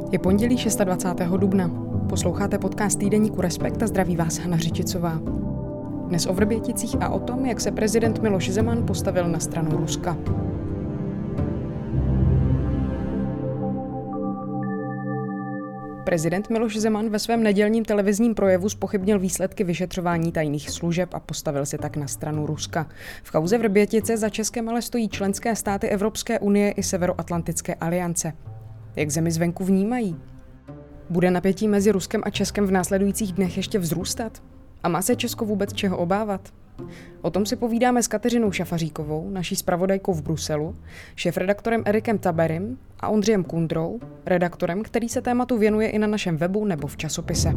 Je pondělí 26. dubna. Posloucháte podcast týdeníku Respekt a zdraví vás Hana Řičicová. Dnes o Vrběticích a o tom, jak se prezident Miloš Zeman postavil na stranu Ruska. Prezident Miloš Zeman ve svém nedělním televizním projevu zpochybnil výsledky vyšetřování tajných služeb a postavil se tak na stranu Ruska. V kauze Vrbětice za Českem ale stojí členské státy Evropské unie i Severoatlantické aliance. Jak zemi zvenku vnímají? Bude napětí mezi Ruskem a Českem v následujících dnech ještě vzrůstat? A má se Česko vůbec čeho obávat? O tom si povídáme s Kateřinou Šafaříkovou, naší zpravodajkou v Bruselu, šéfredaktorem Erikem Taberem a Ondřejem Kundrou, redaktorem, který se tématu věnuje i na našem webu nebo v časopise.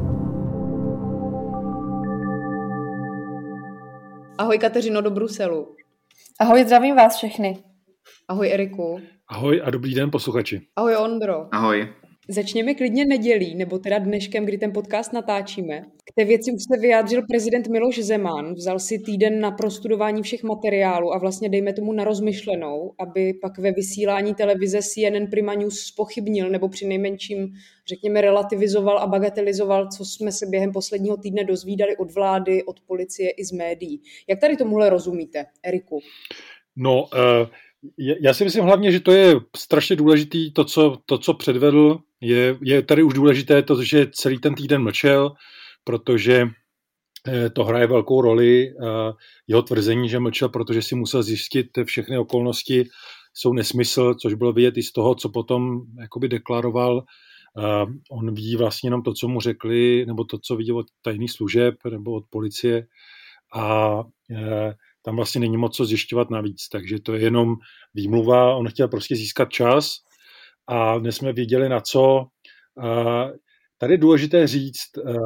Ahoj Kateřino do Bruselu. Ahoj, zdravím vás všechny. Ahoj Eriku. Ahoj a dobrý den posluchači. Ahoj Ondro. Ahoj. Začněme klidně nedělí, nebo teda dneškem, kdy ten podcast natáčíme. K té věci už se vyjádřil prezident Miloš Zeman, vzal si týden na prostudování všech materiálů a vlastně dejme tomu na rozmyšlenou, aby pak ve vysílání televize CNN Prima News zpochybnil nebo přinejmenším, řekněme, relativizoval a bagatelizoval, co jsme se během posledního týdne dozvídali od vlády, od policie i z médií. Jak tady tomuhle rozumíte, Eriku? No, já si myslím hlavně, že to je strašně důležitý, to, co předvedl, je tady už důležité to, že celý ten týden mlčel, protože to hraje velkou roli. Jeho tvrzení, že mlčel, protože si musel zjistit všechny okolnosti, jsou nesmysl, což bylo vidět i z toho, co potom jakoby deklaroval. On ví vlastně jenom to, co mu řekli, nebo to, co viděl od tajných služeb nebo od policie a tam vlastně není moc co zjišťovat navíc, takže to je jenom výmluva, on chtěl prostě získat čas a dnes jsme viděli na co. Tady je důležité říct,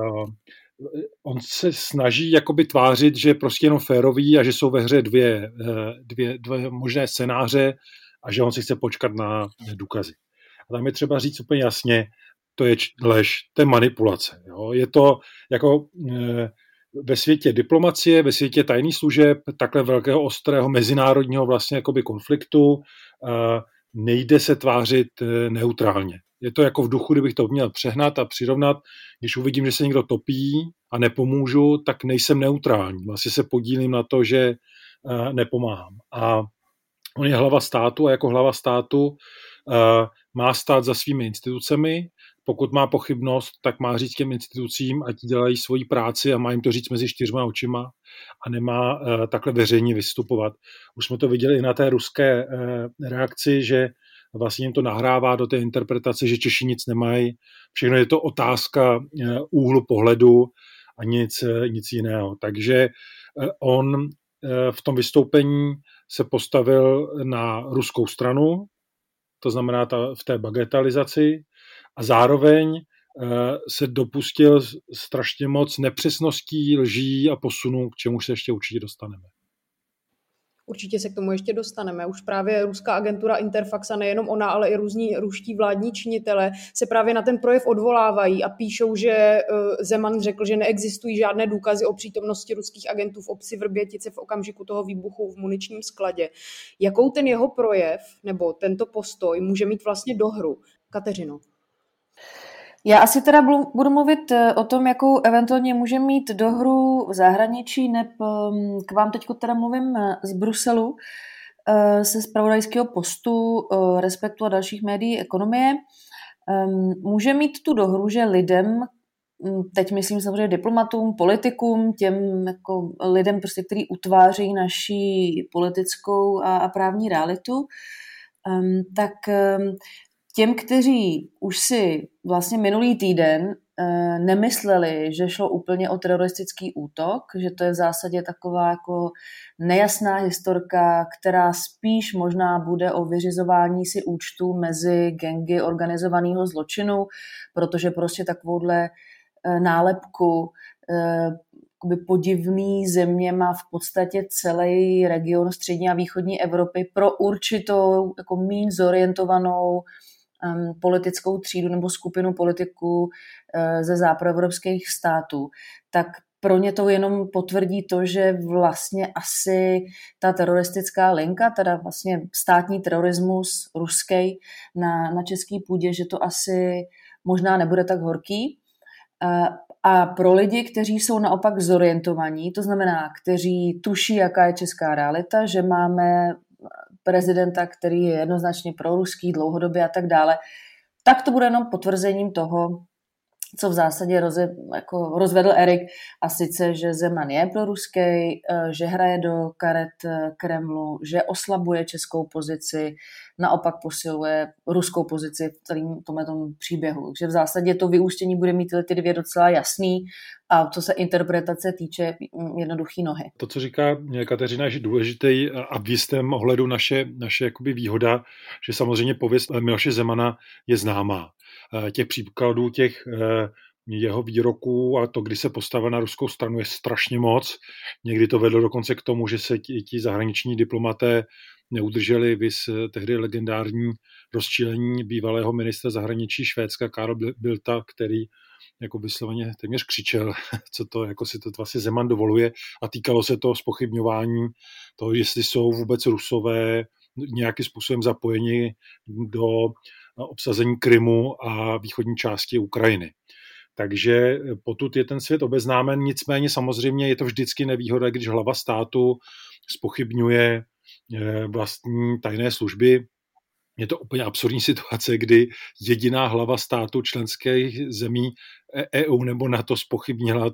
on se snaží jakoby tvářit, že je prostě jenom férový a že jsou ve hře dvě možné scénáře a že on si chce počkat na důkazy. A tam je třeba říct úplně jasně, to je lež, to je manipulace. Jo? Je to jako ve světě diplomacie, ve světě tajných služeb, takhle velkého, ostrého, mezinárodního vlastně jakoby konfliktu, nejde se tvářit neutrálně. Je to jako v duchu, kdybych to měl přehnat a přirovnat, když uvidím, že se někdo topí a nepomůžu, tak nejsem neutrální. Vlastně se podílím na to, že nepomáhám. A on je hlava státu a jako hlava státu má stát za svými institucemi. Pokud má pochybnost, tak má říct těm institucím, ať dělají svoji práci a má jim to říct mezi 4 očima a nemá takhle veřejně vystupovat. Už jsme to viděli i na té ruské reakci, že vlastně jim to nahrává do té interpretace, že Češi nic nemají. Všechno je to otázka úhlu pohledu a nic jiného. Takže on v tom vystoupení se postavil na ruskou stranu, to znamená v té bagatelizaci, a zároveň se dopustil strašně moc nepřesností, lží a posunů, k čemu se ještě určitě dostaneme. Určitě se k tomu ještě dostaneme. Už právě ruská agentura Interfax a nejenom ona, ale i různí ruští vládní činitelé se právě na ten projev odvolávají a píšou, že Zeman řekl, že neexistují žádné důkazy o přítomnosti ruských agentů v obci Vrbětice v okamžiku toho výbuchu v muničním skladě. Jakou ten jeho projev nebo tento postoj může mít vlastně do hru? Kateřino. Já asi teda budu mluvit o tom, jakou eventuálně může mít do hru v zahraničí, k vám teďko teda mluvím z Bruselu, ze zpravodajského postu, Respektu a dalších médií Ekonomie. Může mít tu dohru, že lidem, teď myslím samozřejmě diplomatům, politikům, těm jako lidem, prostě, který utváří naši politickou a právní realitu, tak těm, kteří už si vlastně minulý týden nemysleli, že šlo úplně o teroristický útok, že to je v zásadě taková jako nejasná historka, která spíš možná bude o vyřizování si účtů mezi gangy organizovaného zločinu, protože prostě takovouhle nálepku podivný země má v podstatě celý region střední a východní Evropy pro určitou jako míň zorientovanou politickou třídu nebo skupinu politiků ze západoevropských států, tak pro ně to jenom potvrdí to, že vlastně asi ta teroristická linka, teda vlastně státní terorismus ruský na český půdě, že to asi možná nebude tak horký. A pro lidi, kteří jsou naopak zorientovaní, to znamená, kteří tuší, jaká je česká realita, že máme prezidenta, který je jednoznačně proruský dlouhodobě a tak dále, tak to bude jenom potvrzením toho, co v zásadě rozvedl Erik, a sice, že Zeman je proruský, že hraje do karet Kremlu, že oslabuje českou pozici, naopak posiluje ruskou pozici v celém tomto příběhu. Takže v zásadě to vyústění bude mít ty dvě docela jasný a co se interpretace týče, jednoduchý nohy. To, co říká Kateřina, je důležitý a v jistém ohledu naše jakoby výhoda, že samozřejmě pověst Miloše Zemana je známá. Těch příkladů, těch jeho výroků a to, kdy se postavil na ruskou stranu, je strašně moc. Někdy to vedlo dokonce k tomu, že se ti zahraniční diplomaté neudrželi, viz tehdy legendární rozčílení bývalého ministra zahraničí Švédska Carl Bildta, který jako vysloveně téměř křičel, co to, jako si to vlastně Zeman dovoluje, a týkalo se to zpochybňování toho, jestli jsou vůbec Rusové nějakým způsobem zapojeni do obsazení Krymu a východní části Ukrajiny. Takže potud je ten svět obeznámen, nicméně samozřejmě je to vždycky nevýhoda, když hlava státu zpochybňuje vlastní tajné služby. Je to úplně absurdní situace, kdy jediná hlava státu členských zemí EU nebo NATO zpochybnila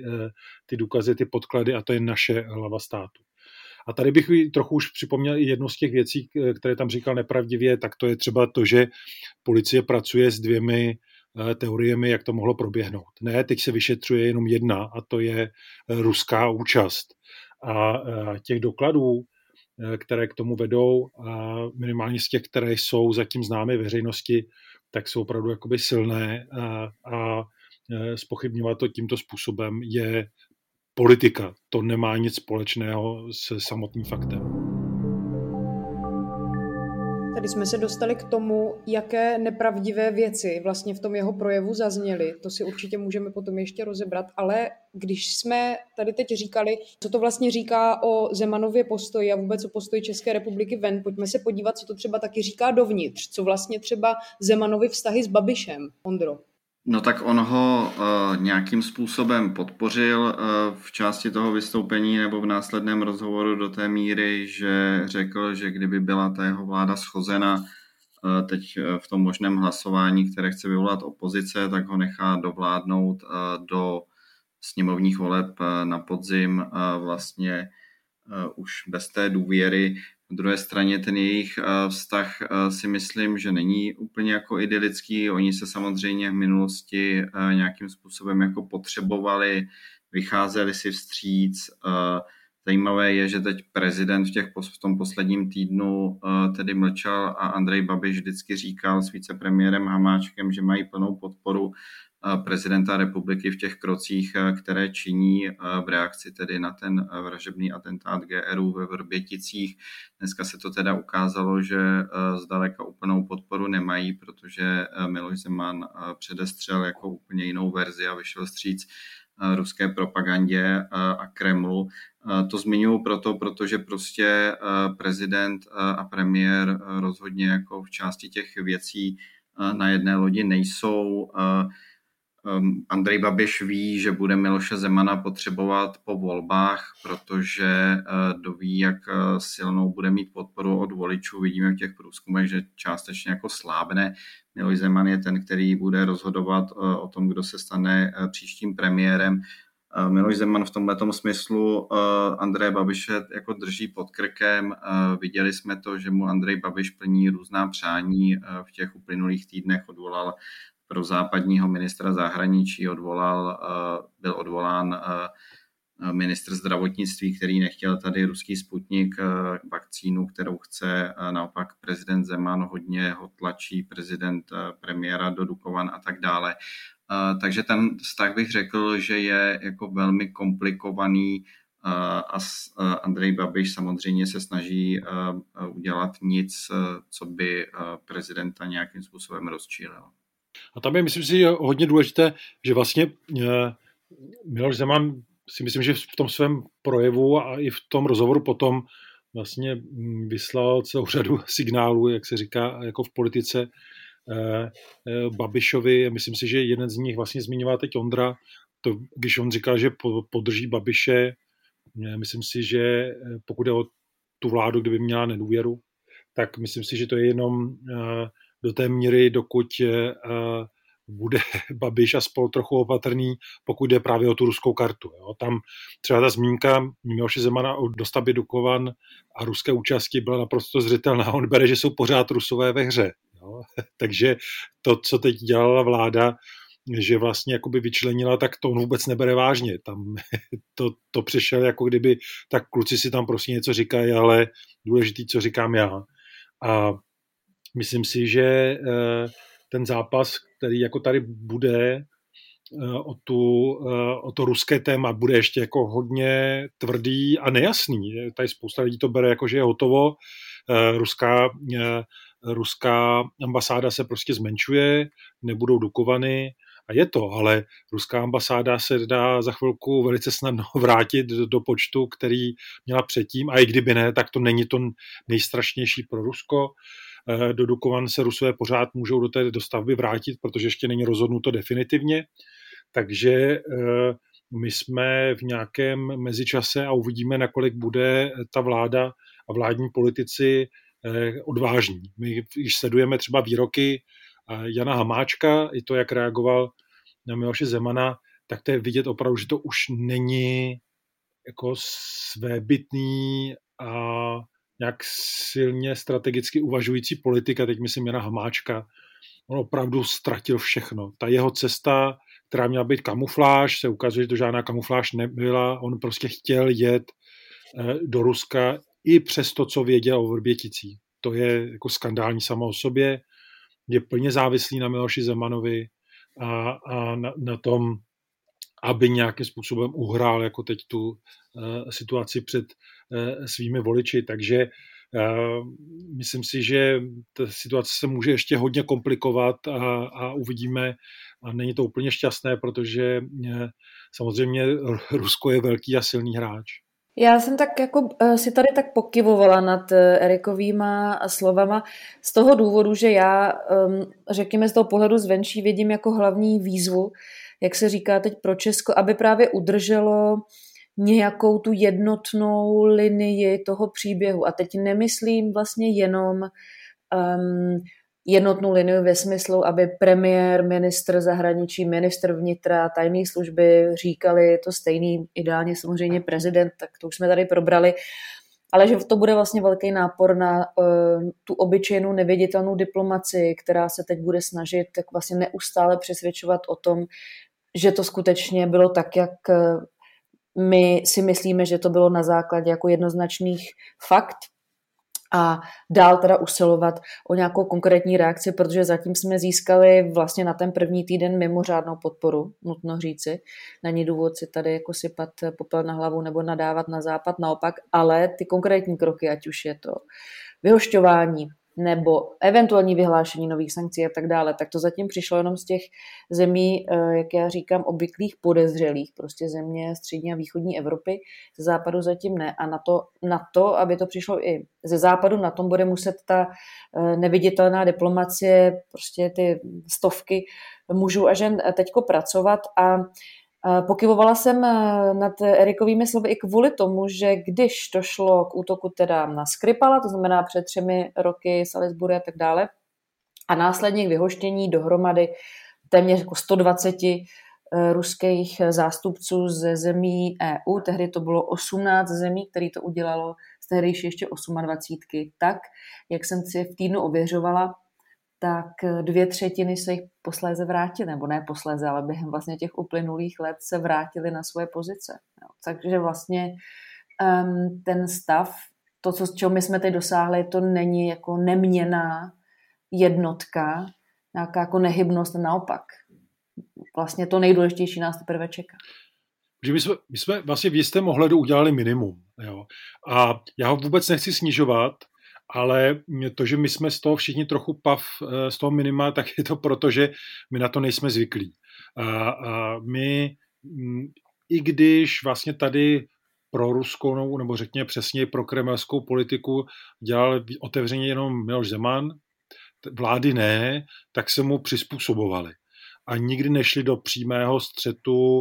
ty důkazy, ty podklady, a to je naše hlava státu. A tady bych trochu už připomněl i jednu z těch věcí, které tam říkal nepravdivě, tak to je třeba to, že policie pracuje s dvěmi teoriemi, jak to mohlo proběhnout. Ne, teď se vyšetřuje jenom jedna, a to je ruská účast. A těch dokladů, které k tomu vedou, a minimálně z těch, které jsou zatím známé veřejnosti, tak jsou opravdu jakoby silné a zpochybňovat to tímto způsobem je politika. To nemá nic společného se samotným faktem. Tady jsme se dostali k tomu, jaké nepravdivé věci vlastně v tom jeho projevu zazněly. To si určitě můžeme potom ještě rozebrat, ale když jsme tady teď říkali, co to vlastně říká o Zemanově postoji a vůbec o postoji České republiky ven, pojďme se podívat, co to třeba taky říká dovnitř, co vlastně třeba Zemanovi vztahy s Babišem. Ondro. No tak on ho nějakým způsobem podpořil v části toho vystoupení nebo v následném rozhovoru do té míry, že řekl, že kdyby byla ta jeho vláda schozena teď v tom možném hlasování, které chce vyvolat opozice, tak ho nechá dovládnout do sněmovních voleb na podzim vlastně už bez té důvěry. Na druhé straně ten jejich vztah si myslím, že není úplně jako idylický. Oni se samozřejmě v minulosti nějakým způsobem jako potřebovali, vycházeli si vstříc. Zajímavé je, že teď prezident v tom posledním týdnu tedy mlčel a Andrej Babiš vždycky říkal s vicepremiérem Hamáčkem, že mají plnou podporu prezidenta republiky v těch krocích, které činí v reakci tedy na ten vražebný atentát GRU ve Vrběticích. Dneska se to teda ukázalo, že zdaleka úplnou podporu nemají, protože Miloš Zeman předestřel jako úplně jinou verzi a vyšel vstříc ruské propagandě a Kremlu. To zmiňuji protože prostě prezident a premiér rozhodně jako v části těch věcí na jedné lodi nejsou. Andrej Babiš ví, že bude Miloše Zemana potřebovat po volbách, protože doví, jak silnou bude mít podporu od voličů. Vidíme v těch průzkumech, že částečně jako slábne. Miloš Zeman je ten, který bude rozhodovat o tom, kdo se stane příštím premiérem. Miloš Zeman v tomhletom smyslu Andreje Babiše jako drží pod krkem. Viděli jsme to, že mu Andrej Babiš plní různá přání. V těch uplynulých týdnech odvolal pro západního ministra zahraničí, byl odvolán ministr zdravotnictví, který nechtěl tady ruský Sputnik, vakcínu, kterou chce naopak prezident Zeman, hodně ho tlačí prezident premiéra do Dukovan a tak dále. Takže ten vztah bych řekl, že je jako velmi komplikovaný a Andrej Babiš samozřejmě se snaží udělat nic, co by prezidenta nějakým způsobem rozčílilo. A tam je, myslím si, hodně důležité, že vlastně Miloš Zeman si myslím, že v tom svém projevu a i v tom rozhovoru potom vlastně vyslal celou řadu signálů, jak se říká, jako v politice, Babišovi. Myslím si, že jeden z nich vlastně zmiňoval teď Ondra, to, když on říkal, že podrží Babiše, myslím si, že pokud je o tu vládu, kdyby měla nedůvěru, tak myslím si, že to je jenom do té míry, dokud bude Babiš a spol trochu opatrný, pokud jde právě o tu ruskou kartu. Jo. Tam třeba ta zmínka Miloše Zemana o dostavbě Dukovan a ruské účasti byla naprosto zřetelná. On bere, že jsou pořád Rusové ve hře. Jo. Takže to, co teď dělala vláda, že vlastně jakoby vyčlenila, tak to on vůbec nebere vážně. Tam to přešel, jako kdyby tak kluci si tam prostě něco říkají, ale důležitý, co říkám já. A myslím si, že ten zápas, který jako tady bude o to ruské téma, bude ještě jako hodně tvrdý a nejasný. Tady spousta lidí to bere jako, že je hotovo. Ruská ambasáda se prostě zmenšuje, nebudou Dukovany a je to, ale ruská ambasáda se dá za chvilku velice snadno vrátit do počtu, který měla předtím, a i kdyby ne, tak to není to nejstrašnější pro Rusko. Do Dukovan se Rusové pořád můžou do té dostavby vrátit, protože ještě není rozhodnuto definitivně. Takže my jsme v nějakém mezičase a uvidíme, nakolik bude ta vláda a vládní politici odvážní. My, když sledujeme třeba výroky Jana Hamáčka, i to, jak reagoval na Miloše Zemana, tak to je vidět opravdu, že to už není jako svébytný a nějak silně strategicky uvažující politika, teď myslím Jana Hamáčka. On opravdu ztratil všechno. Ta jeho cesta, která měla být kamufláž, se ukazuje, že to žádná kamufláž nebyla. On prostě chtěl jet do Ruska i přes to, co věděl o Vrběticích. To je jako skandální samo o sobě. Je plně závislý na Miloši Zemanovi a na tom, aby nějakým způsobem uhrál jako teď tu situaci před svými voliči. Takže myslím si, že ta situace se může ještě hodně komplikovat a uvidíme. A není to úplně šťastné, protože samozřejmě Rusko je velký a silný hráč. Já jsem tak jako si tady tak pokyvovala nad Erikovýma slovama z toho důvodu, že já, řekněme z toho pohledu zvenčí, vidím jako hlavní výzvu, jak se říká teď pro Česko, aby právě udrželo nějakou tu jednotnou linii toho příběhu. A teď nemyslím vlastně jenom jednotnou linii ve smyslu, aby premiér, ministr zahraničí, ministr vnitra, tajné služby říkali to stejný, ideálně samozřejmě prezident, tak to už jsme tady probrali, ale že to bude vlastně velký nápor na tu obyčejnou neviditelnou diplomaci, která se teď bude snažit tak vlastně neustále přesvědčovat o tom, že to skutečně bylo tak, jak my si myslíme, že to bylo na základě jako jednoznačných fakt, a dál teda usilovat o nějakou konkrétní reakci, protože zatím jsme získali vlastně na ten první týden mimořádnou podporu, nutno říci. Není důvod si tady jako sypat popel na hlavu nebo nadávat na západ, naopak, ale ty konkrétní kroky, ať už je to vyhošťování nebo eventuální vyhlášení nových sankcí a tak dále, tak to zatím přišlo jenom z těch zemí, jak já říkám, obvyklých podezřelých, prostě země střední a východní Evropy, ze západu zatím ne. A na to, aby to přišlo i ze západu, na tom bude muset ta neviditelná diplomacie, prostě ty stovky mužů a žen teďko pracovat. A pokyvovala jsem nad Erikovými slovy i kvůli tomu, že když to šlo k útoku teda na Skripala, to znamená před 3 roky Salisbury a tak dále, a následně k vyhoštění dohromady téměř jako 120 ruských zástupců ze zemí EU, tehdy to bylo 18 zemí, které to udělalo z tehdejší ještě 28, tak, jak jsem si v týdnu ověřovala, tak 2/3 se jich posléze vrátily, nebo ne posléze, ale během vlastně těch uplynulých let se vrátili na svoje pozice. Jo. Takže vlastně ten stav, to, čeho my jsme teď dosáhli, to není jako neměnná jednotka, nějaká jako nehybnost, naopak. Vlastně to nejdůležitější nás teprve čeká. Že my jsme vlastně v jistém ohledu udělali minimum. Jo. A já ho vůbec nechci snižovat, ale to, že my jsme z toho všichni trochu z toho minima, tak je to proto, že my na to nejsme zvyklí. A my i když vlastně tady pro ruskou, nebo řekněme přesně pro kremelskou politiku dělal otevřeně jenom Miloš Zeman, vlády ne, tak se mu přizpůsobovali. A nikdy nešli do přímého střetu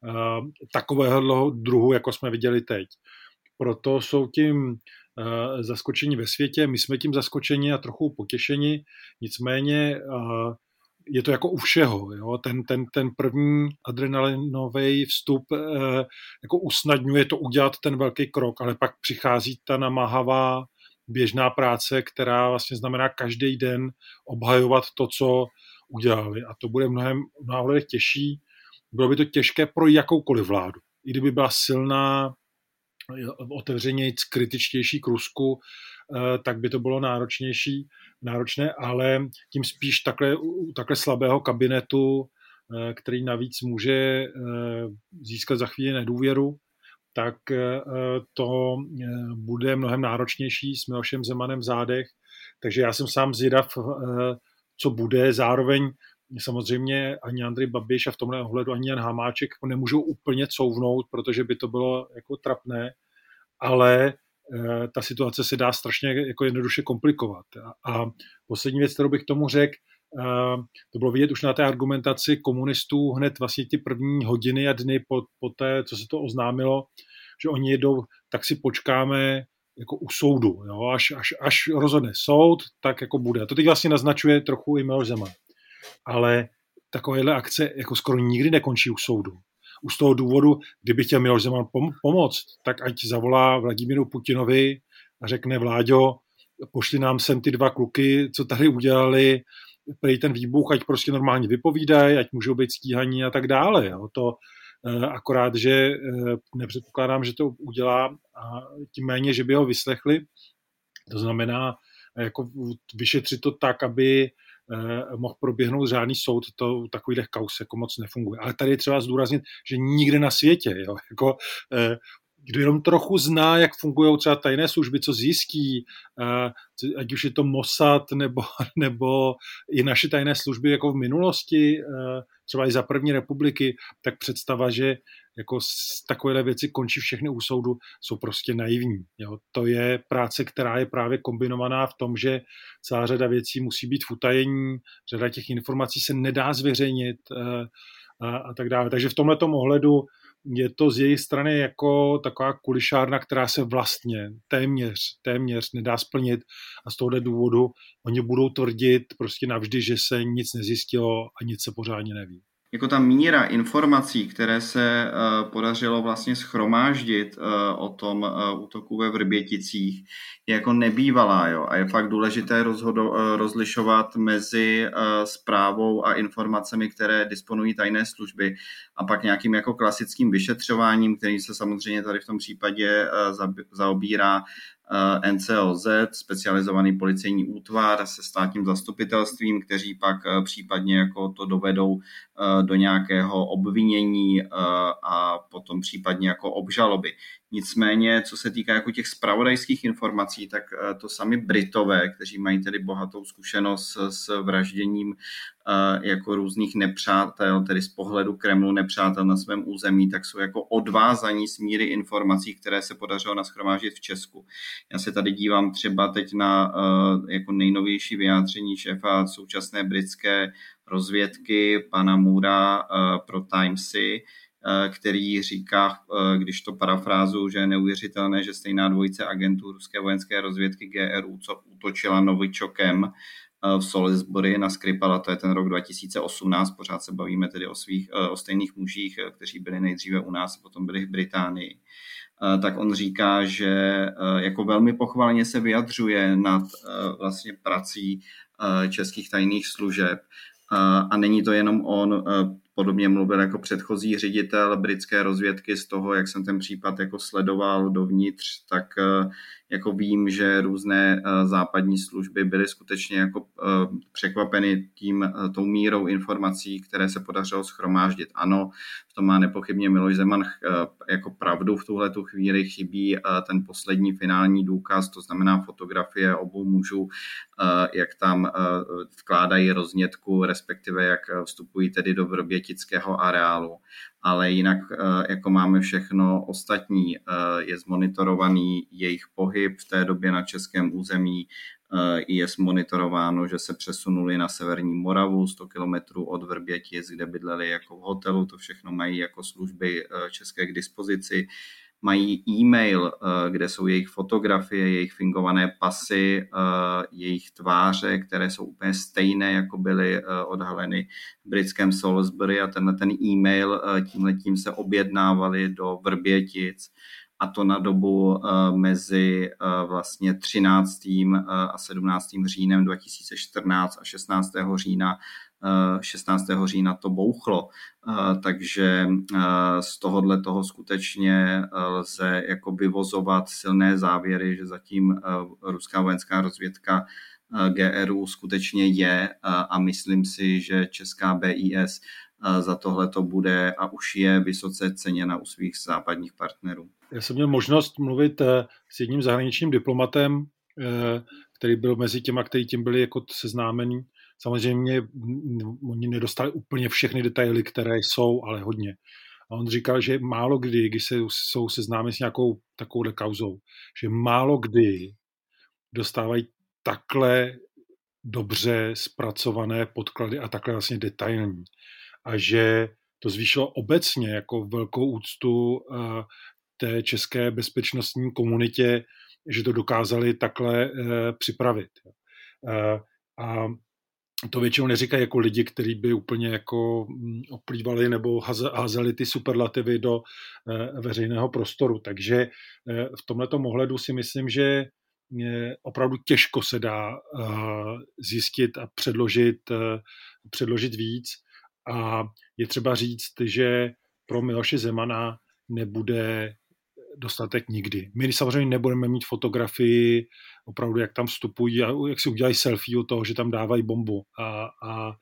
takového druhu, jako jsme viděli teď. Proto jsou tím zaskočení ve světě, my jsme tím zaskočeni a trochu potěšeni, nicméně je to jako u všeho. Jo? Ten první adrenalinový vstup jako usnadňuje to udělat ten velký krok, ale pak přichází ta namáhavá běžná práce, která vlastně znamená každý den obhajovat to, co udělali. A to bude mnohem těžší. Bylo by to těžké pro jakoukoliv vládu. I kdyby byla silná, otevřeně kritičtější k Rusku, tak by to bylo náročné, ale tím spíš takhle slabého kabinetu, který navíc může získat za chvíli nedůvěru, tak to bude mnohem náročnější s Milošem Zemanem v zádech. Takže já jsem sám zvědav, co bude. Zároveň samozřejmě ani Andrej Babiš a v tomhle ohledu ani Jan Hamáček nemůžou úplně couvnout, protože by to bylo jako trapné, ale ta situace se dá strašně jako jednoduše komplikovat. A poslední věc, kterou bych tomu řekl, to bylo vidět už na té argumentaci komunistů hned vlastně ty první hodiny a dny po té, co se to oznámilo, že oni jedou, tak si počkáme jako u soudu. Jo? Až rozhodne soud, tak jako bude. A to teď vlastně naznačuje trochu i Miloš Zeman. Ale takovéhle akce jako skoro nikdy nekončí u soudu. Už z toho důvodu, kdyby chtěl Miloš Zeman pomoct, tak ať zavolá Vladimíru Putinovi a řekne: Vláďo, pošli nám sem ty 2 kluky, co tady udělali, prý ten výbuch, ať prostě normálně vypovídají, ať můžou být stíhaní a tak dále. Jo. To akorát, že nepředpokládám, že to udělá, a tím méně, že by ho vyslechli. To znamená jako vyšetřit to tak, aby mohl proběhnout řádný soud, to takovýhle kaus jako moc nefunguje. Ale tady je třeba zdůraznit, že nikde na světě, jo, jako, kdo jenom trochu zná, jak fungují třeba tajné služby, co zjistí, ať už je to Mossad nebo i naše tajné služby jako v minulosti, třeba i za první republiky, tak představa, že jako takovéhle věci končí všechny u soudu, jsou prostě naivní. Jo. To je práce, která je právě kombinovaná v tom, že celá řada věcí musí být v utajení, řada těch informací se nedá zveřejnit a tak dále. Takže v tomhletom ohledu je to z její strany jako taková kulišárna, která se vlastně téměř nedá splnit, a z tohohle důvodu oni budou tvrdit prostě navždy, že se nic nezjistilo a nic se pořádně neví. Jako ta míra informací, které se podařilo vlastně shromáždit o tom útoku ve Vrběticích, je jako nebývalá. Jo? A je fakt důležité rozlišovat mezi zprávou a informacemi, které disponují tajné služby, a pak nějakým jako klasickým vyšetřováním, který se samozřejmě tady v tom případě zaobírá NCOZ, specializovaný policejní útvar se státním zastupitelstvím, kteří pak případně jako to dovedou do nějakého obvinění a potom případně jako obžaloby. Nicméně, co se týká jako těch zpravodajských informací, tak to sami Britové, kteří mají tedy bohatou zkušenost s vražděním jako různých nepřátel, tedy z pohledu Kremlu nepřátel na svém území, tak jsou jako odvázaní z míry informací, které se podařilo nashromáždit v Česku. Já se tady dívám třeba teď na jako nejnovější vyjádření šéfa současné britské rozvědky, pana Moora, pro Timesy, který říká, když to parafrázu, že je neuvěřitelné, že stejná dvojice agentů ruské vojenské rozvědky GRU, co útočila Novičokem v Salisbury na Skripala, to je ten rok 2018, pořád se bavíme tedy o stejných mužích, kteří byli nejdříve u nás a potom byli v Británii. Tak on říká, že jako velmi pochvalně se vyjadřuje nad vlastně prací českých tajných služeb. A není to jenom on, podobně mluvil jako předchozí ředitel britské rozvědky. Z toho, jak jsem ten případ jako sledoval dovnitř, tak jako vím, že různé západní služby byly skutečně jako překvapeny tou mírou informací, které se podařilo shromáždit. Ano, v tom má nepochybně Miloš Zeman jako pravdu, v tuhletu chvíli chybí ten poslední finální důkaz, to znamená fotografie obou mužů, jak tam vkládají roznětku, respektive jak vstupují tedy do vrbětického areálu. ale jinak jako máme všechno ostatní. Je zmonitorovaný jejich pohyb v té době na českém území, je zmonitorováno, že se přesunuli na severní Moravu 100 kilometrů od Vrbětic, kde bydleli jako v hotelu, to všechno mají jako služby české k dispozici. Mají e-mail, kde jsou jejich fotografie, jejich fingované pasy, jejich tváře, které jsou úplně stejné, jako byly odhaleny v britském Salisbury, a ten e-mail tímhletím se objednávali do Vrbětic, a to na dobu mezi vlastně 13. a 17. říjnem 2014 a 16. října to bouchlo. Takže z tohohle toho skutečně lze jako vyvozovat silné závěry, že zatím ruská vojenská rozvědka GRU skutečně je, a myslím si, že česká BIS za tohleto bude a už je vysoce ceněna u svých západních partnerů. Já jsem měl možnost mluvit s jedním zahraničním diplomatem, který byl mezi těma, kteří tím byli jako seznámení. Samozřejmě oni nedostali úplně všechny detaily, které jsou, ale hodně. A on říkal, že málo kdy, když jsou seznámeni s nějakou takovou kauzou, že málo kdy dostávají takhle dobře zpracované podklady a takhle vlastně detailní. A že to zvýšilo obecně jako velkou úctu té české bezpečnostní komunitě, že to dokázali takhle připravit. A to většinou neříkají jako lidi, kteří by úplně jako oplývali nebo házeli ty superlativy do veřejného prostoru. Takže v tomhletom ohledu si myslím, že opravdu těžko se dá zjistit a předložit víc. A je třeba říct, že pro Miloše Zemana nebude dostatek nikdy. My samozřejmě nebudeme mít fotografii opravdu, jak tam vstupují a jak si udělají selfie od toho, že tam dávají bombu. A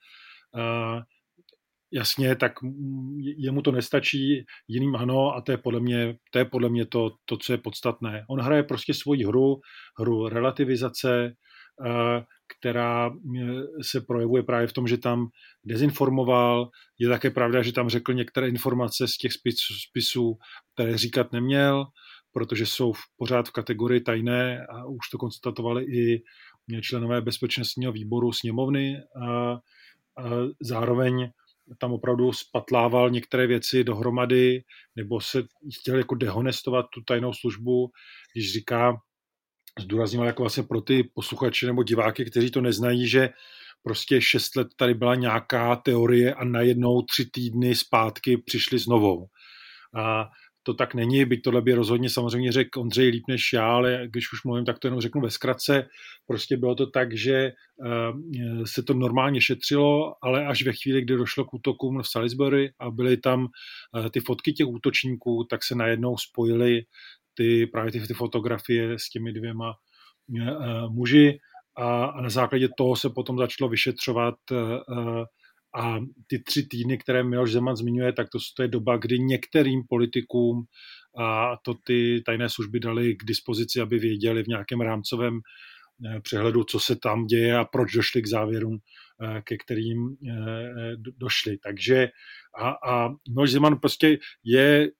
jasně, tak jemu to nestačí, jiným ano, a to je podle mě to, co je podstatné. On hraje prostě svoji hru relativizace, která se projevuje právě v tom, že tam dezinformoval. Je také pravda, že tam řekl některé informace z těch spisů, které říkat neměl, protože jsou pořád v kategorii tajné, a už to konstatovali i členové bezpečnostního výboru sněmovny. A zároveň tam opravdu spatlával některé věci dohromady, nebo se chtěl jako dehonestovat tu tajnou službu, když říká, zdůraznil jako vlastně pro ty posluchače nebo diváky, kteří to neznají, že prostě 6 let tady byla nějaká teorie a najednou 3 týdny zpátky přišli s novou. A to tak není, byť tohle by rozhodně samozřejmě řekl Ondřej líp než já, ale když už mluvím, tak to jenom řeknu ve zkratce. Prostě bylo to tak, že se to normálně šetřilo, ale až ve chvíli, kdy došlo k útokům v Salisbury a byly tam ty fotky těch útočníků, tak se najednou spojily právě ty fotografie s těmi 2 muži a na základě toho se potom začalo vyšetřovat a ty 3 týdny, které Miloš Zeman zmiňuje, tak to je doba, kdy některým politikům a to ty tajné služby dali k dispozici, aby věděli v nějakém rámcovém přehledu, co se tam děje a proč došli k závěrům, ke kterým došli. Takže a Miloš Zeman prostě je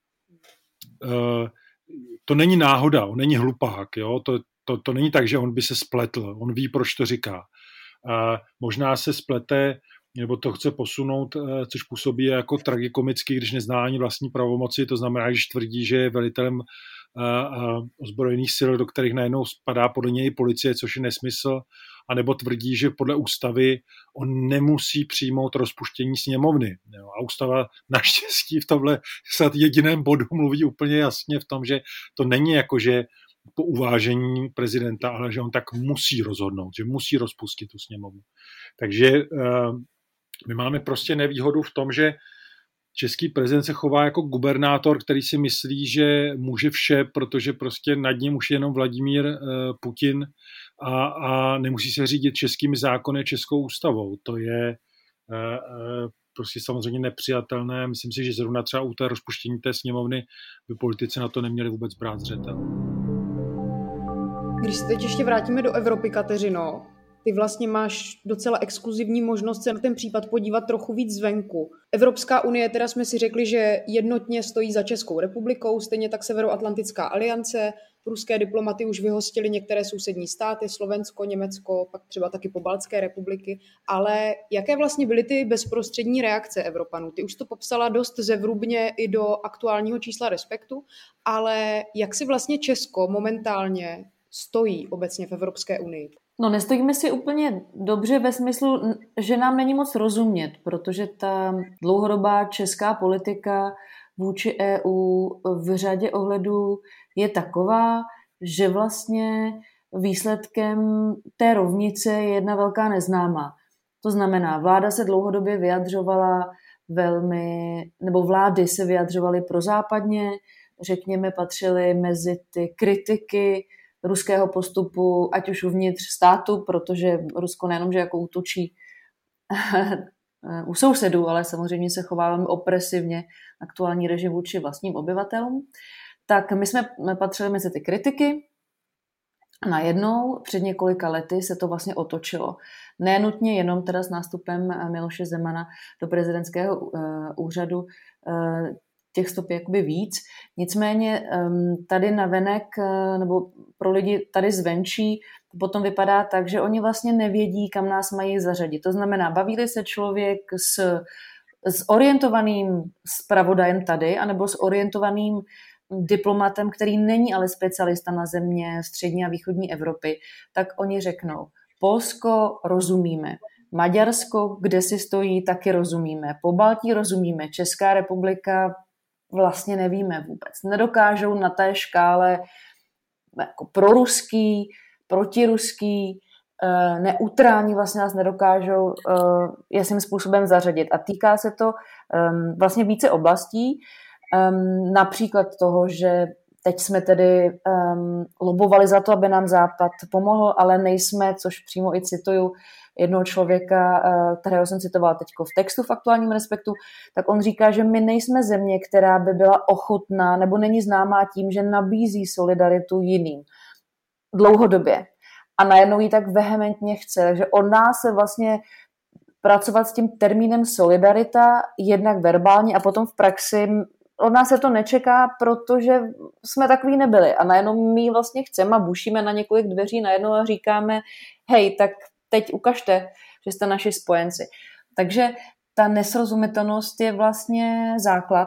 to není náhoda, on není hlupák, jo? To není tak, že on by se spletl, on ví, proč to říká. Možná se splete, nebo to chce posunout, což působí jako tragikomicky, když nezná ani vlastní pravomoci, to znamená, když tvrdí, že je velitelem ozbrojených sil, do kterých najednou spadá podle něj policie, což je nesmysl, anebo tvrdí, že podle ústavy on nemusí přijmout rozpuštění sněmovny. Jo. A ústava naštěstí v tomhle snad jediném bodu mluví úplně jasně v tom, že to není jako, že po uvážení prezidenta, ale že on tak musí rozhodnout, že musí rozpustit tu sněmovnu. Takže my máme prostě nevýhodu v tom, že český prezident se chová jako gubernátor, který si myslí, že může vše, protože prostě nad ním už je jenom Vladimír Putin a nemusí se řídit českými zákony, českou ústavou. To je prostě samozřejmě nepřijatelné. Myslím si, že zrovna třeba u té rozpuštění té sněmovny by politici na to neměli vůbec brát zřetel. Když se teď ještě vrátíme do Evropy, Kateřino, ty vlastně máš docela exkluzivní možnost se na ten případ podívat trochu víc zvenku. Evropská unie, teda jsme si řekli, že jednotně stojí za Českou republikou, stejně tak Severoatlantická aliance, ruské diplomaty už vyhostili některé sousední státy, Slovensko, Německo, pak třeba taky pobaltské republiky, ale jaké vlastně byly ty bezprostřední reakce Evropanů? Ty už to popsala dost zevrubně i do aktuálního čísla Respektu, ale jak si vlastně Česko momentálně stojí obecně v Evropské unii? No, nestojíme si úplně dobře ve smyslu, že nám není moc rozumět, protože ta dlouhodobá česká politika vůči EU v řadě ohledů je taková, že vlastně výsledkem té rovnice je jedna velká neznámá. To znamená, vláda se dlouhodobě vyjadřovala nebo vlády se vyjadřovaly prozápadně, řekněme, patřily mezi ty kritiky ruského postupu, ať už uvnitř státu, protože Rusko nejenom, že jako útočí u sousedů, ale samozřejmě se chová velmi opresivně aktuální režim vůči vlastním obyvatelům, tak my jsme patřili mezi ty kritiky a najednou před několika lety se to vlastně otočilo. Nenutně jenom teda s nástupem Miloše Zemana do prezidentského úřadu těch stop je jakoby víc. Nicméně tady navenek, nebo pro lidi tady zvenčí, to potom vypadá tak, že oni vlastně nevědí, kam nás mají zařadit. To znamená, baví-li se člověk s orientovaným zpravodajem tady, anebo s orientovaným diplomatem, který není ale specialista na země střední a východní Evropy, tak oni řeknou, Polsko rozumíme, Maďarsko, kde si stojí, taky rozumíme, Pobaltí rozumíme, Česká republika vlastně nevíme vůbec. Nedokážou na té škále jako proruský, protiruský, neutrální vlastně nás nedokážou jasným způsobem zařadit. A týká se to vlastně více oblastí, například toho, že teď jsme tedy lobovali za to, aby nám Západ pomohl, ale nejsme, což přímo i cituju jednoho člověka, kterého jsem citovala teď v textu v aktuálním Respektu, tak on říká, že my nejsme země, která by byla ochotná nebo není známá tím, že nabízí solidaritu jiným dlouhodobě. A najednou ji tak vehementně chce. Takže od nás se vlastně pracovat s tím termínem solidarita, jednak verbálně a potom v praxi, od nás se to nečeká, protože jsme takový nebyli. A najednou my vlastně chceme a bušíme na několik dveří najednou a říkáme, hej, tak teď ukažte, že jste naši spojenci. Takže ta nesrozumitelnost je vlastně základ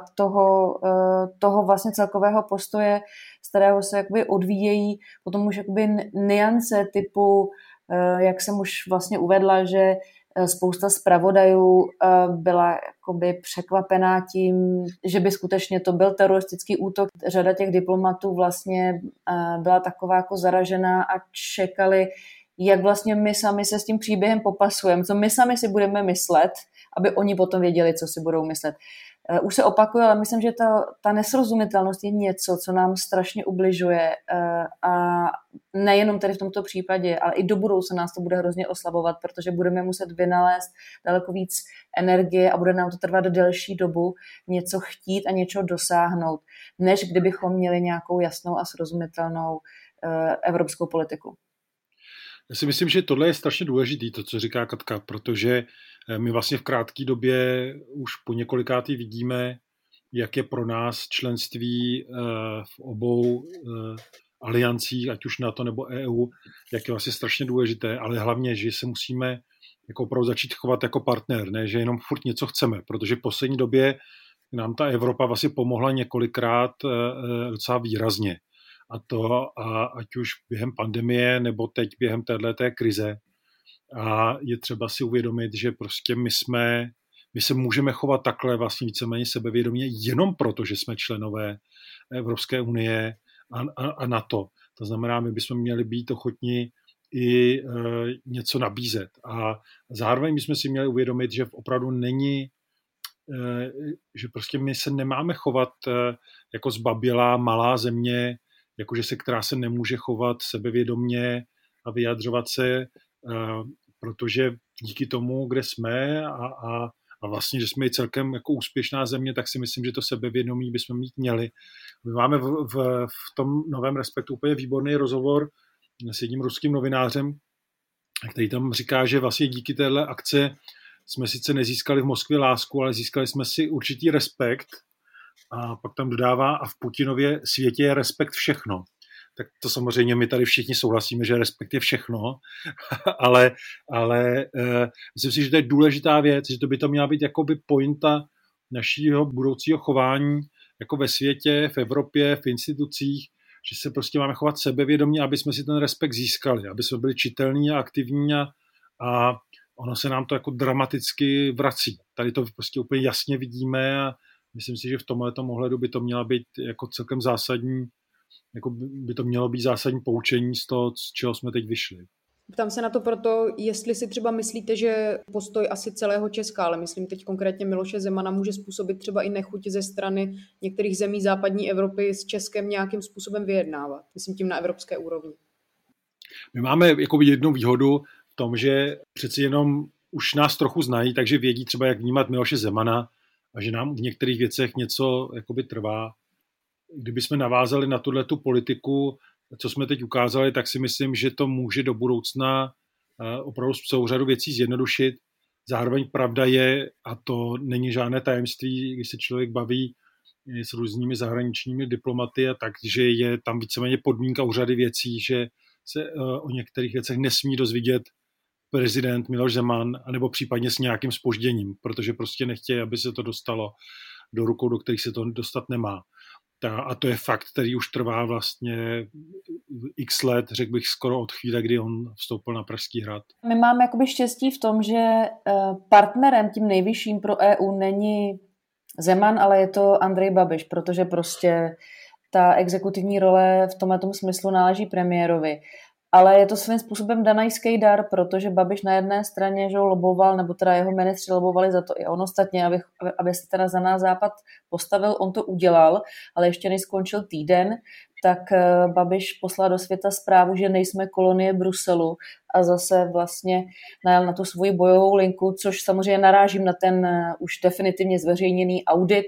toho vlastně celkového postoje, z kterého se jakoby odvíjejí potom už jakoby nuance typu, jak jsem už vlastně uvedla, že spousta zpravodajů byla jakoby překvapená tím, že by skutečně to byl teroristický útok. Řada těch diplomatů vlastně byla taková jako zaražená a čekali, jak vlastně my sami se s tím příběhem popasujeme, co my sami si budeme myslet, aby oni potom věděli, co si budou myslet. Už se opakuje, ale myslím, že ta nesrozumitelnost je něco, co nám strašně ubližuje a nejenom tady v tomto případě, ale i do budoucna nás to bude hrozně oslabovat, protože budeme muset vynalézt daleko víc energie a bude nám to trvat delší dobu něco chtít a něco dosáhnout, než kdybychom měli nějakou jasnou a srozumitelnou evropskou politiku. Já si myslím, že tohle je strašně důležitý, to, co říká Katka, protože my vlastně v krátké době už po několikátý vidíme, jak je pro nás členství v obou aliancích, ať už NATO nebo EU, jak je vlastně strašně důležité, ale hlavně, že se musíme jako opravdu začít chovat jako partner, ne, že jenom furt něco chceme, protože v poslední době nám ta Evropa vlastně pomohla několikrát docela výrazně. A ať už během pandemie nebo teď během téhleté krize. A je třeba si uvědomit, že prostě my se můžeme chovat takhle vlastně víceméně sebevědomě jenom proto, že jsme členové Evropské unie a NATO. To znamená, my bychom měli být ochotni i něco nabízet. A zároveň bychom si měli uvědomit, že opravdu není, že prostě my se nemáme chovat jako zbabělá malá země, která se nemůže chovat sebevědomně a vyjadřovat se, protože díky tomu, kde jsme a vlastně, že jsme i celkem jako úspěšná země, tak si myslím, že to sebevědomí bychom mít měli. My máme v tom novém Respektu úplně výborný rozhovor s jedním ruským novinářem, který tam říká, že vlastně díky téhle akce jsme sice nezískali v Moskvě lásku, ale získali jsme si určitý respekt. A pak tam dodává, a v Putinově světě je respekt všechno. Tak to samozřejmě my tady všichni souhlasíme, že respekt je všechno, ale myslím si, že to je důležitá věc, že to by to měla být jakoby pointa našího budoucího chování jako ve světě, v Evropě, v institucích, že se prostě máme chovat sebevědomě, aby jsme si ten respekt získali, aby jsme byli čitelní a aktivní a ono se nám to jako dramaticky vrací. Tady to prostě úplně jasně vidíme a myslím si, že v tomhletom ohledu by to měla být jako celkem zásadní, jako by to mělo být zásadní poučení z toho, z čeho jsme teď vyšli. Ptám se na to proto, jestli si třeba myslíte, že postoj asi celého Česka, ale myslím teď konkrétně Miloše Zemana, může způsobit třeba i nechuť ze strany některých zemí západní Evropy s Českem nějakým způsobem vyjednávat. Myslím tím na evropské úrovni. My máme jakoby jednu výhodu v tom, že přeci jenom už nás trochu znají, takže vědí třeba, jak vnímat Miloše Zemana a že nám v některých věcech něco jakoby trvá. Kdyby jsme navázali na tu politiku, co jsme teď ukázali, tak si myslím, že to může do budoucna opravdu celou řadu věcí zjednodušit. Zároveň pravda je, a to není žádné tajemství, když se člověk baví s různými zahraničními diplomaty, a tak, že je tam víceméně podmínka u řady věcí, že se o některých věcech nesmí dozvědět prezident Miloš Zeman, anebo případně s nějakým zpožděním, protože prostě nechtějí, aby se to dostalo do rukou, do kterých se to dostat nemá. A to je fakt, který už trvá vlastně x let, řekl bych skoro od chvíle, kdy on vstoupil na Pražský hrad. My máme jakoby štěstí v tom, že partnerem tím nejvyšším pro EU není Zeman, ale je to Andrej Babiš, protože prostě ta exekutivní role v tomhletom smyslu náleží premiérovi. Ale je to svým způsobem danajský dar, protože Babiš na jedné straně že loboval, nebo teda jeho ministři lobovali za to i on ostatně, aby se teda za nás Západ postavil, on to udělal, ale ještě než skončil týden, tak Babiš poslal do světa zprávu, že nejsme kolonie Bruselu a zase vlastně najal na tu svoji bojovou linku, což samozřejmě narážím na ten už definitivně zveřejněný audit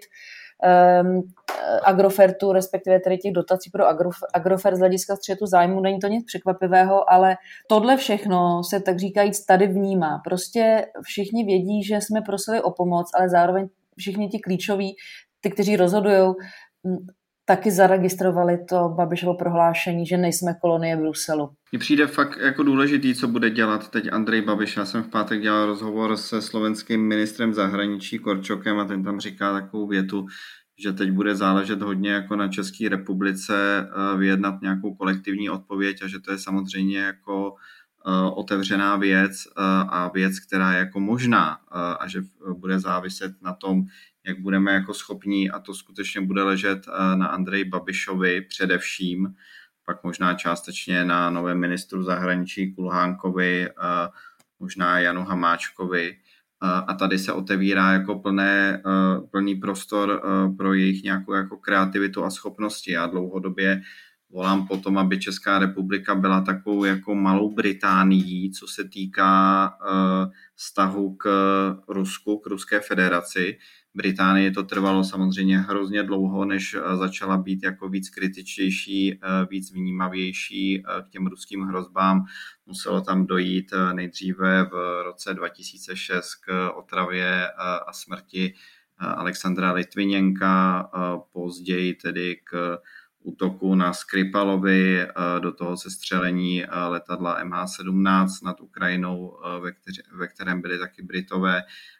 Agrofertu, respektive tedy těch dotací pro Agrofert z hlediska střetu zájmu. Není to nic překvapivého, ale tohle všechno se tak říkajíc tady vnímá. Prostě všichni vědí, že jsme prosili o pomoc, ale zároveň všichni ti klíčoví, ty, kteří rozhodujou, taky zaregistrovali to Babišovo prohlášení, že nejsme kolonie Bruselu. Mně přijde fakt jako důležitý, co bude dělat teď Andrej Babiš. Já jsem v pátek dělal rozhovor se slovenským ministrem zahraničí Korčokem a ten tam říká takovou větu, že teď bude záležet hodně jako na České republice vyjednat nějakou kolektivní odpověď a že to je samozřejmě jako otevřená věc a věc, která je jako možná a že bude záviset na tom, jak budeme jako schopní, a to skutečně bude ležet na Andreji Babišovi především, pak možná částečně na novém ministru zahraničí Kulhánkovi, možná Janu Hamáčkovi. A tady se otevírá jako plný prostor pro jejich nějakou jako kreativitu a schopnosti. Já dlouhodobě volám potom, aby Česká republika byla takovou jako malou Británií, co se týká vztahu k Rusku, k Ruské federaci. Británii to trvalo samozřejmě hrozně dlouho, než začala být jako víc kritičtější, víc vnímavější k těm ruským hrozbám. Muselo tam dojít nejdříve v roce 2006 k otravě a smrti Alexandra Litviněnka, později tedy k útoku na Skripalovi, do toho sestřelení letadla MH17 nad Ukrajinou, ve kterém byli taky Britové.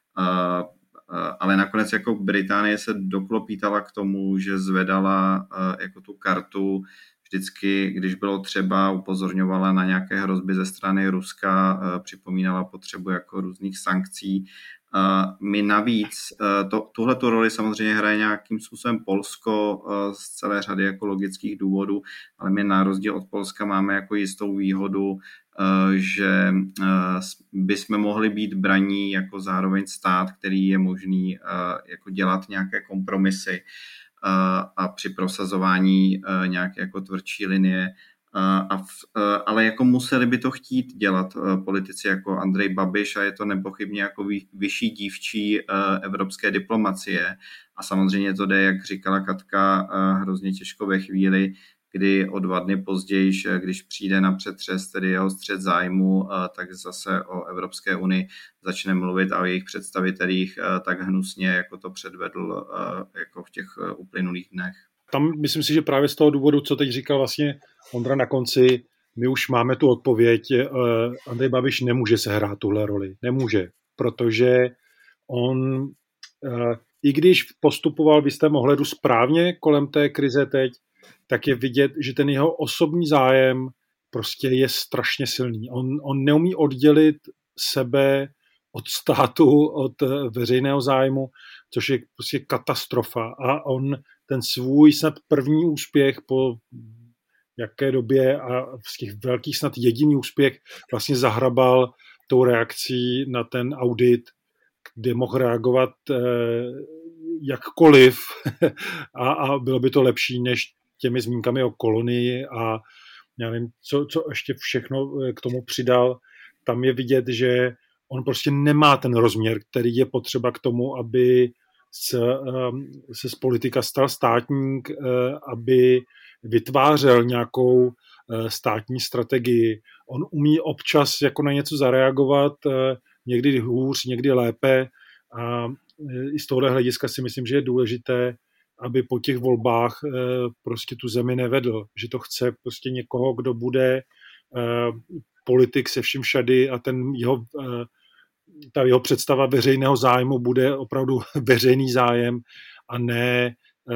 Ale nakonec jako Británie se doklopítala k tomu, že zvedala jako tu kartu vždycky, když bylo třeba, upozorňovala na nějaké hrozby ze strany Ruska, připomínala potřebu jako různých sankcí. My navíc, tuhletu roli samozřejmě hraje nějakým způsobem Polsko z celé řady ekologických důvodů, ale my na rozdíl od Polska máme jako jistou výhodu, že bychom mohli být braní jako zároveň stát, který je možný jako dělat nějaké kompromisy a při prosazování nějaké jako tvrdší linie. Ale jako museli by to chtít dělat politici jako Andrej Babiš a je to nepochybně jako vyšší dívčí evropské diplomacie. A samozřejmě to jde, jak říkala Katka, hrozně těžko ve chvíli, kdy o 2 dny později, když přijde na přetřes, tedy jeho střet zájmu, tak zase o Evropské unii začne mluvit a o jejich představitelích tak hnusně, jako to předvedl jako v těch uplynulých dnech. Tam myslím si, že právě z toho důvodu, co teď říkal vlastně Ondra na konci, my už máme tu odpověď. Andrej Babiš nemůže sehrát tuhle roli. Nemůže, protože on, i když postupoval v jistém ohledu správně kolem té krize teď, tak je vidět, že ten jeho osobní zájem prostě je strašně silný. On neumí oddělit sebe od státu, od veřejného zájmu, což je prostě katastrofa. A on ten svůj snad první úspěch po jaké době a z těch velkých snad jediný úspěch vlastně zahrabal tou reakcí na ten audit, kde mohl reagovat jakkoliv a bylo by to lepší než těmi zmínkami o kolonii a já nevím, co ještě všechno k tomu přidal. Tam je vidět, že on prostě nemá ten rozměr, který je potřeba k tomu, aby se z politika stal státník, aby vytvářel nějakou státní strategii. On umí občas jako na něco zareagovat, někdy hůř, někdy lépe a i z tohohle hlediska si myslím, že je důležité, aby po těch volbách prostě tu zemi nevedl, že to chce prostě někoho, kdo bude politik se vším všady a ta jeho představa veřejného zájmu bude opravdu veřejný zájem a ne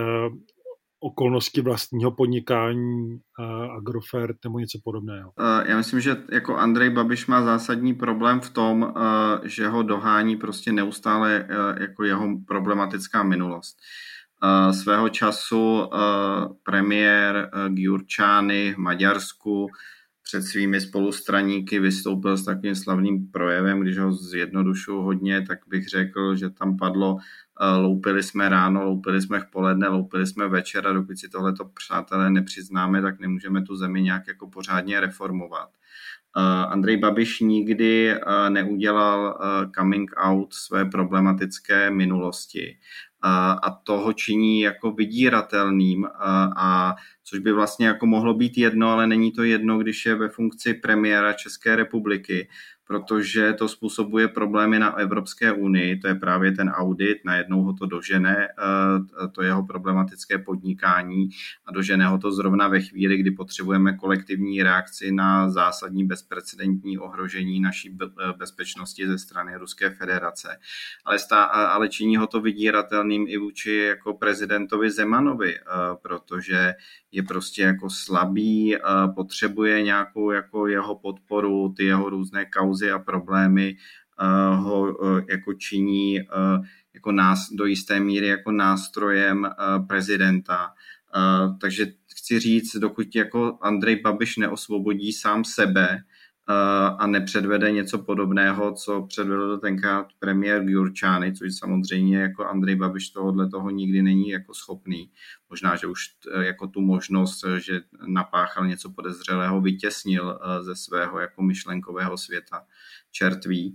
okolnosti vlastního podnikání Agrofert nebo něco podobného. Já myslím, že jako Andrej Babiš má zásadní problém v tom, že ho dohání prostě neustále jako jeho problematická minulost. Svého času premiér Gyurcsány v Maďarsku před svými spolustraníky vystoupil s takovým slavným projevem, když ho zjednodušuju hodně, tak bych řekl, že tam padlo loupili jsme ráno, loupili jsme v poledne, loupili jsme večer a dokud si tohleto přátelé nepřiznáme, tak nemůžeme tu zemi nějak jako pořádně reformovat. Andrej Babiš nikdy neudělal coming out své problematické minulosti a toho činí jako vydíratelným a což by vlastně jako mohlo být jedno, ale není to jedno, když je ve funkci premiéra České republiky, protože to způsobuje problémy na Evropské unii, to je právě ten audit, najednou ho to dožene, to jeho problematické podnikání a dožene ho to zrovna ve chvíli, kdy potřebujeme kolektivní reakci na zásadní bezprecedentní ohrožení naší bezpečnosti ze strany Ruské federace. Ale činí ho to vydíratelným i vůči jako prezidentovi Zemanovi, protože je prostě jako slabý, potřebuje nějakou jako jeho podporu, ty jeho různé kauzy a problémy ho jako činí jako do jisté míry jako nástrojem prezidenta. Takže chci říct, dokud jako Andrej Babiš neosvobodí sám sebe a nepředvede něco podobného, co předvedl tenkrát premiér Gyurcsány, což samozřejmě jako Andrej Babiš toho nikdy není jako schopný. Možná, že už jako tu možnost, že napáchal něco podezřelého, vytěsnil ze svého jako myšlenkového světa, čert ví,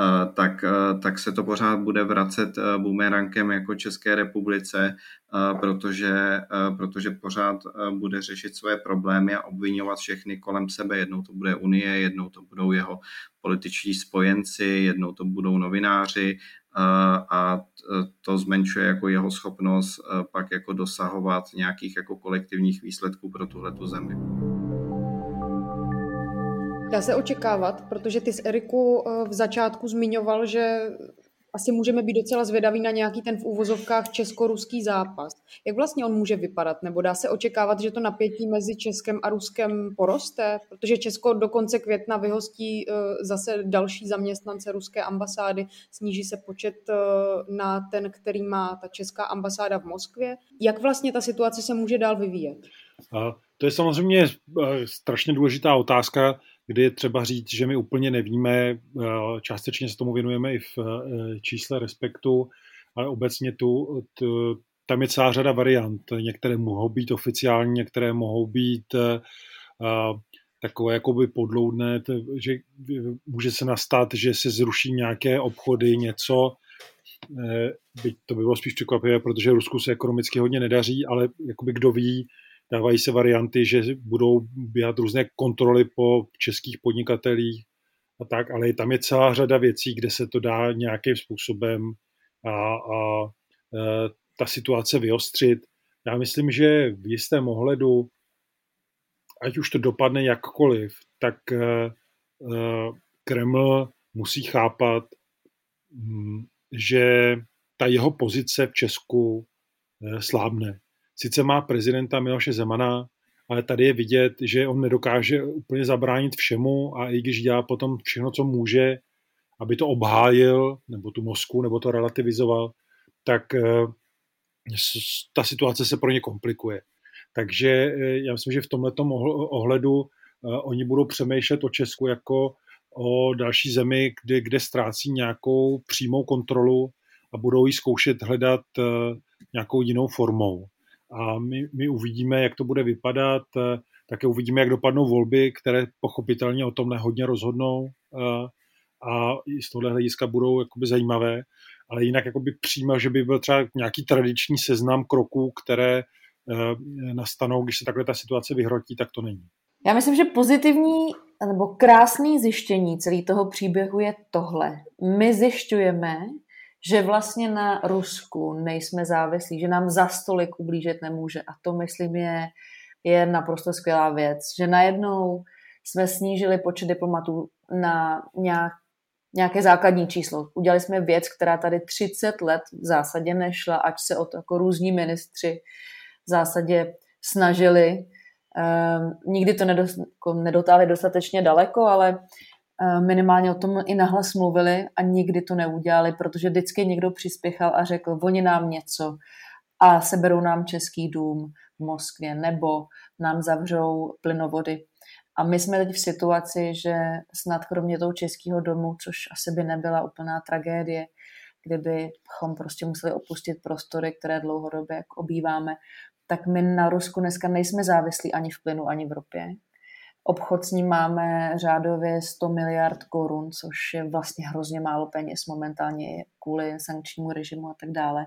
tak se to pořád bude vracet bumerangem jako České republice, protože pořád bude řešit své problémy a obvinovat všechny kolem sebe. Jednou to bude Unie, jednou to budou jeho političtí spojenci, jednou to budou novináři a to zmenšuje jako jeho schopnost pak jako dosahovat nějakých jako kolektivních výsledků pro tuhletu zemi. Dá se očekávat, protože ty s Eriku v začátku zmiňoval, že asi můžeme být docela zvědaví na nějaký ten v úvozovkách česko-ruský zápas. Jak vlastně on může vypadat? Nebo dá se očekávat, že to napětí mezi Českem a Ruskem poroste? Protože Česko do konce května vyhostí zase další zaměstnance ruské ambasády, sníží se počet na ten, který má ta česká ambasáda v Moskvě. Jak vlastně ta situace se může dál vyvíjet? To je samozřejmě strašně důležitá otázka, kdy je třeba říct, že my úplně nevíme, částečně se tomu věnujeme i v čísle Respektu, ale obecně tam je celá řada variant. Některé mohou být oficiální, některé mohou být takové jakoby podloudné, že může se nastat, že se zruší nějaké obchody, něco, to by bylo spíš překvapivé, protože Rusku se ekonomicky hodně nedaří, ale jakoby kdo ví, dávají se varianty, že budou běhat různé kontroly po českých podnikatelích a tak, ale tam je celá řada věcí, kde se to dá nějakým způsobem a ta situace vyostřit. Já myslím, že v jistém ohledu, ať už to dopadne jakkoliv, tak Kreml musí chápat, že ta jeho pozice v Česku slábne. Sice má prezidenta Miloše Zemana, ale tady je vidět, že on nedokáže úplně zabránit všemu a i když dělá potom všechno, co může, aby to obhájil, nebo tu Moskvu, nebo to relativizoval, tak ta situace se pro ně komplikuje. Takže já myslím, že v tomhletom ohledu oni budou přemýšlet o Česku jako o další zemi, kde ztrácí nějakou přímou kontrolu a budou ji zkoušet hledat nějakou jinou formou. A my uvidíme, jak to bude vypadat, také uvidíme, jak dopadnou volby, které pochopitelně o tomhle hodně rozhodnou a i z tohle hlediska budou jakoby zajímavé, ale jinak jakoby přímo, že by byl třeba nějaký tradiční seznam kroků, které nastanou, když se takhle ta situace vyhrotí, tak to není. Já myslím, že pozitivní nebo krásný zjištění celý toho příběhu je tohle. My zjišťujeme, že vlastně na Rusku nejsme závislí, že nám za stolik ublížit nemůže. A to, myslím, je naprosto skvělá věc. Že najednou jsme snížili počet diplomatů na nějaké základní číslo. Udělali jsme věc, která tady 30 let v zásadě nešla, ať se o to jako různí ministři v zásadě snažili. Nikdy to nedotáhli dostatečně daleko, ale minimálně o tom i nahlas mluvili a nikdy to neudělali, protože vždycky někdo přispěchal a řekl, oni nám něco a seberou nám Český dům v Moskvě nebo nám zavřou plynovody. A my jsme teď v situaci, že snad kromě toho Českého domu, což asi by nebyla úplná tragédie, kdybychom prostě museli opustit prostory, které dlouhodobě obýváme, tak my na Rusku dneska nejsme závislí ani v plynu, ani v ropě. Obchod s ním máme řádově 100 miliard korun, což je vlastně hrozně málo peněz momentálně kvůli sankčnímu režimu a tak dále.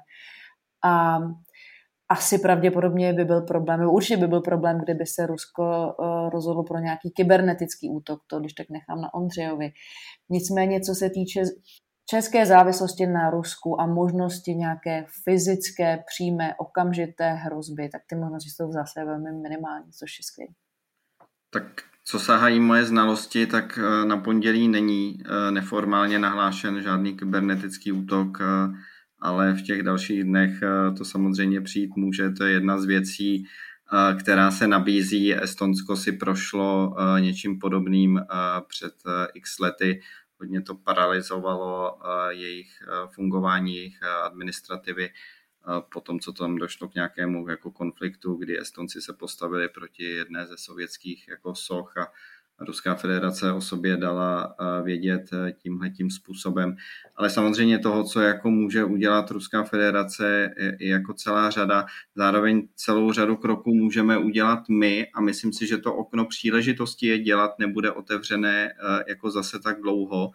A asi pravděpodobně by byl problém, určitě by byl problém, kdyby se Rusko rozhodlo pro nějaký kybernetický útok, to když tak nechám na Ondřejovi. Nicméně, co se týče české závislosti na Rusku a možnosti nějaké fyzické, přímé, okamžité hrozby, tak ty možnosti jsou zase velmi minimální, což je skvělé. Tak co sahají moje znalosti, tak na pondělí není neformálně nahlášen žádný kybernetický útok, ale v těch dalších dnech to samozřejmě přijít může. To je jedna z věcí, která se nabízí. Estonsko si prošlo něčím podobným před x lety. Hodně to paralyzovalo jejich fungování, jejich administrativy. Po tom, co tam došlo k nějakému jako konfliktu, kdy Estonci se postavili proti jedné ze sovětských jako soch a Ruská federace o sobě dala vědět tímhletím způsobem. Ale samozřejmě toho, co jako může udělat Ruská federace, je jako celá řada. Zároveň celou řadu kroků můžeme udělat my a myslím si, že to okno příležitosti je dělat nebude otevřené jako zase tak dlouho,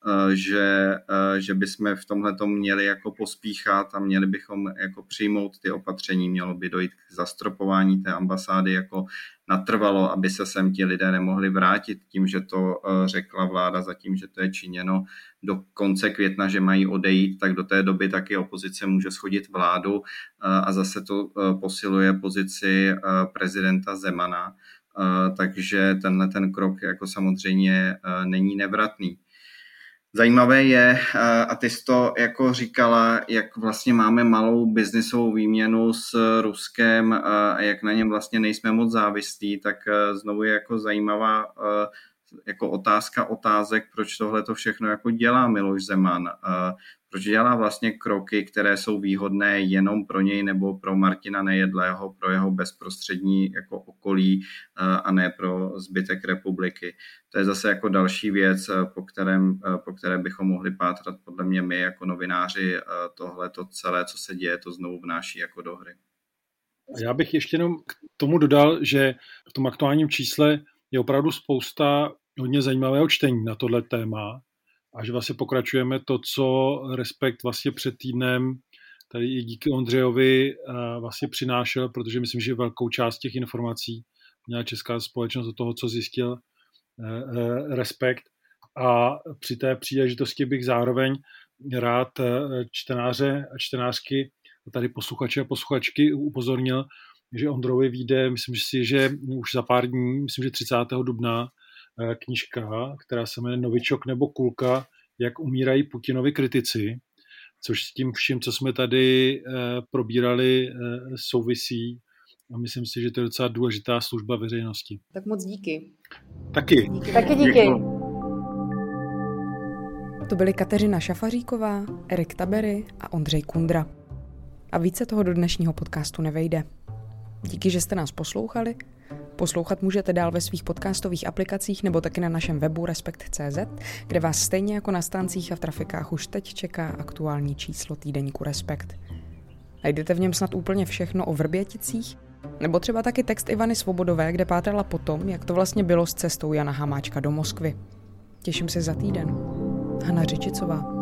že bychom v tomhletom měli jako pospíchat a měli bychom jako přijmout ty opatření. Mělo by dojít k zastropování té ambasády jako natrvalo, aby se sem ti lidé nemohli vrátit tím, že to řekla vláda zatím, že to je činěno do konce května, že mají odejít, tak do té doby taky opozice může shodit vládu a zase to posiluje pozici prezidenta Zemana, takže tenhle ten krok jako samozřejmě není nevratný. Zajímavé je, a ty jsi to jako říkala, jak vlastně máme malou biznisovou výměnu s Ruskem a jak na něm vlastně nejsme moc závislí, tak znovu je jako zajímavá jako otázek, proč tohle to všechno jako dělá Miloš Zeman. Proč dělá vlastně kroky, které jsou výhodné jenom pro něj nebo pro Martina Nejedlého, pro jeho bezprostřední jako okolí a ne pro zbytek republiky. To je zase jako další věc, po které bychom mohli pátrat podle mě my jako novináři. Tohle to celé, co se děje, to znovu vnáší jako do hry. Já bych ještě jenom k tomu dodal, že v tom aktuálním čísle je opravdu spousta hodně zajímavého čtení na tohle téma a že vlastně pokračujeme to, co Respekt vlastně před týdnem tady i díky Ondřejovi vlastně přinášel, protože myslím, že velkou část těch informací měla česká společnost od toho, co zjistil Respekt. A při té příležitosti bych zároveň rád čtenáře a čtenářky a tady posluchače a posluchačky upozornil, že Ondrovi vyjde, myslím si, že už za pár dní, myslím, že 30. dubna, knížka, která se jmenuje Novičok nebo Kulka, jak umírají Putinovi kritici, což s tím vším, co jsme tady probírali, souvisí. A myslím si, že to je docela důležitá služba veřejnosti. Tak moc díky. Taky. Taky díky. To byly Kateřina Šafaříková, Erik Tabery a Ondřej Kundra. A více toho do dnešního podcastu nevejde. Díky, že jste nás poslouchali. Poslouchat můžete dál ve svých podcastových aplikacích nebo taky na našem webu Respekt.cz, kde vás stejně jako na stáncích a v trafikách už teď čeká aktuální číslo týdeníku Respekt. Najdete v něm snad úplně všechno o Vrběticích, nebo třeba taky text Ivany Svobodové, kde pátrala po tom, jak to vlastně bylo s cestou Jana Hamáčka do Moskvy. Těším se za týden. Hana Řičicová.